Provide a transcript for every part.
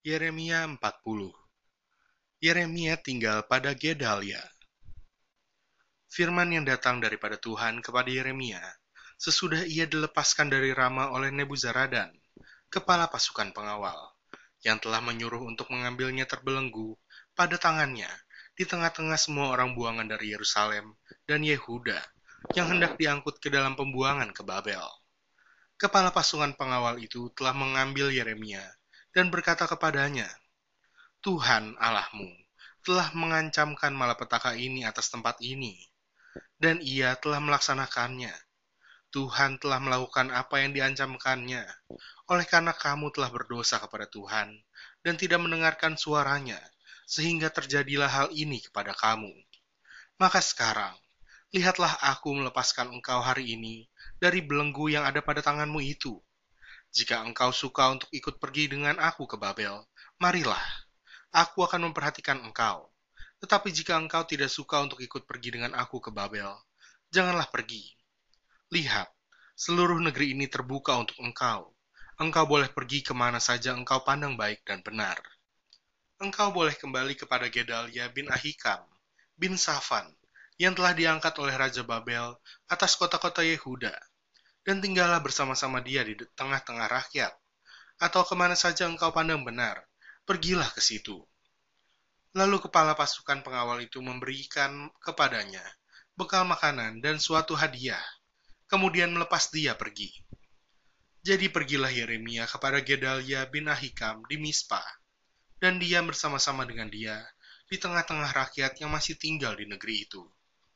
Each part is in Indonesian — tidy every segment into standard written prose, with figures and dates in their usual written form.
Yeremia 40. Yeremia tinggal pada Gedalia. Firman yang datang daripada Tuhan kepada Yeremia, sesudah ia dilepaskan dari Rama oleh Nebuzaradan, kepala pasukan pengawal, yang telah menyuruh untuk mengambilnya terbelenggu pada tangannya di tengah-tengah semua orang buangan dari Yerusalem dan Yehuda, yang hendak diangkut ke dalam pembuangan ke Babel. Kepala pasukan pengawal itu telah mengambil Yeremia dan berkata kepadanya, Tuhan Allahmu telah mengancamkan malapetaka ini atas tempat ini, dan ia telah melaksanakannya. Tuhan telah melakukan apa yang diancamkannya, oleh karena kamu telah berdosa kepada Tuhan, dan tidak mendengarkan suaranya, sehingga terjadilah hal ini kepada kamu. Maka sekarang, lihatlah aku melepaskan engkau hari ini dari belenggu yang ada pada tanganmu itu. Jika engkau suka untuk ikut pergi dengan aku ke Babel, marilah, aku akan memperhatikan engkau. Tetapi jika engkau tidak suka untuk ikut pergi dengan aku ke Babel, janganlah pergi. Lihat, seluruh negeri ini terbuka untuk engkau. Engkau boleh pergi kemana saja engkau pandang baik dan benar. Engkau boleh kembali kepada Gedalia bin Ahikam, bin Safan, yang telah diangkat oleh Raja Babel atas kota-kota Yehuda, dan tinggallah bersama-sama dia di tengah-tengah rakyat. Atau kemana saja engkau pandang benar, pergilah ke situ. Lalu kepala pasukan pengawal itu memberikan kepadanya bekal makanan dan suatu hadiah, kemudian melepas dia pergi. Jadi pergilah Yeremia kepada Gedalia bin Ahikam di Mispa, dan dia bersama-sama dengan dia di tengah-tengah rakyat yang masih tinggal di negeri itu.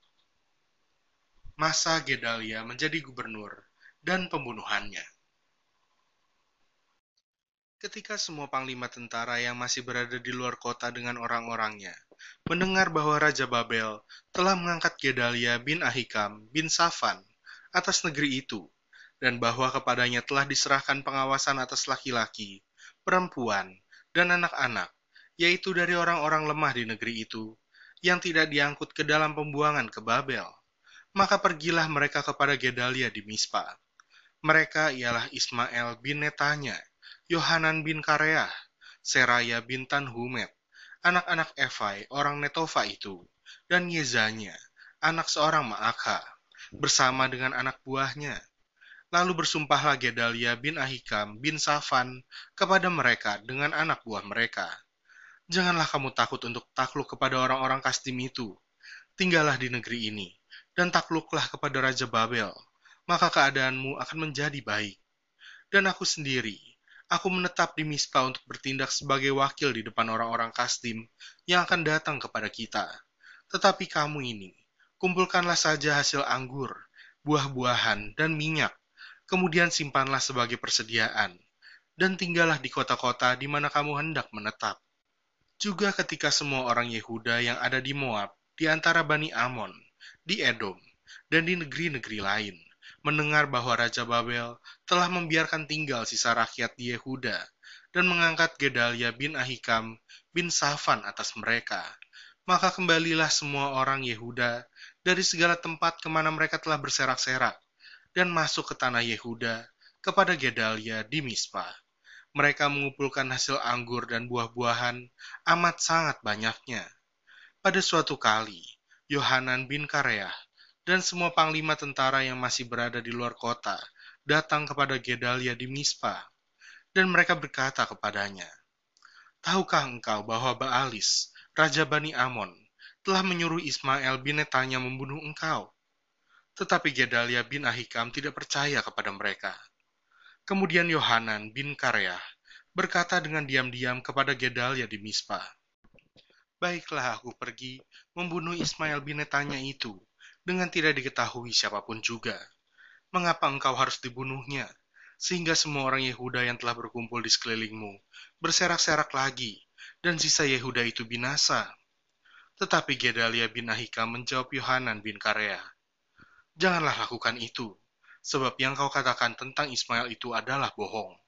Masa Gedalia menjadi gubernur dan pembunuhannya. Ketika semua panglima tentara yang masih berada di luar kota dengan orang-orangnya mendengar bahwa Raja Babel telah mengangkat Gedalia bin Ahikam bin Safan atas negeri itu, dan bahwa kepadanya telah diserahkan pengawasan atas laki-laki, perempuan, dan anak-anak, yaitu dari orang-orang lemah di negeri itu, yang tidak diangkut ke dalam pembuangan ke Babel, maka pergilah mereka kepada Gedalia di Mispa. Mereka ialah Ismael bin Netanya, Yohanan bin Kareah, Seraya bin Tanhumet, anak-anak Efai, orang Netofa itu, dan Yezanya, anak seorang Maakha, bersama dengan anak buahnya. Lalu bersumpahlah Gedalia bin Ahikam bin Safan kepada mereka dengan anak buah mereka. Janganlah kamu takut untuk takluk kepada orang-orang Kasdim itu. Tinggallah di negeri ini, dan takluklah kepada Raja Babel, maka keadaanmu akan menjadi baik. Dan aku sendiri, aku menetap di Mispa untuk bertindak sebagai wakil di depan orang-orang Kasdim yang akan datang kepada kita. Tetapi kamu ini, kumpulkanlah saja hasil anggur, buah-buahan, dan minyak, kemudian simpanlah sebagai persediaan, dan tinggallah di kota-kota di mana kamu hendak menetap. Juga ketika semua orang Yehuda yang ada di Moab, di antara Bani Amon, di Edom, dan di negeri-negeri lain, mendengar bahwa Raja Babel telah membiarkan tinggal sisa rakyat di Yehuda dan mengangkat Gedalia bin Ahikam bin Safan atas mereka, maka kembalilah semua orang Yehuda dari segala tempat kemana mereka telah berserak-serak dan masuk ke tanah Yehuda kepada Gedalia di Mispa. Mereka mengumpulkan hasil anggur dan buah-buahan amat sangat banyaknya. Pada suatu kali, Yohanan bin Kareah dan semua panglima tentara yang masih berada di luar kota datang kepada Gedalia di Mispa, dan mereka berkata kepadanya, Tahukah engkau bahwa Baalis, Raja Bani Amon, telah menyuruh Ismael bin Netanya membunuh engkau? Tetapi Gedalia bin Ahikam tidak percaya kepada mereka. Kemudian Yohanan bin Kareah berkata dengan diam-diam kepada Gedalia di Mispa, Baiklah aku pergi membunuh Ismael bin Netanya itu, dengan tidak diketahui siapapun juga. Mengapa engkau harus dibunuhnya, sehingga semua orang Yehuda yang telah berkumpul di sekelilingmu berserak-serak lagi, dan sisa Yehuda itu binasa? Tetapi Gedalia bin Ahikam menjawab Yohanan bin Kareah, Janganlah lakukan itu, sebab yang kau katakan tentang Ismael itu adalah bohong.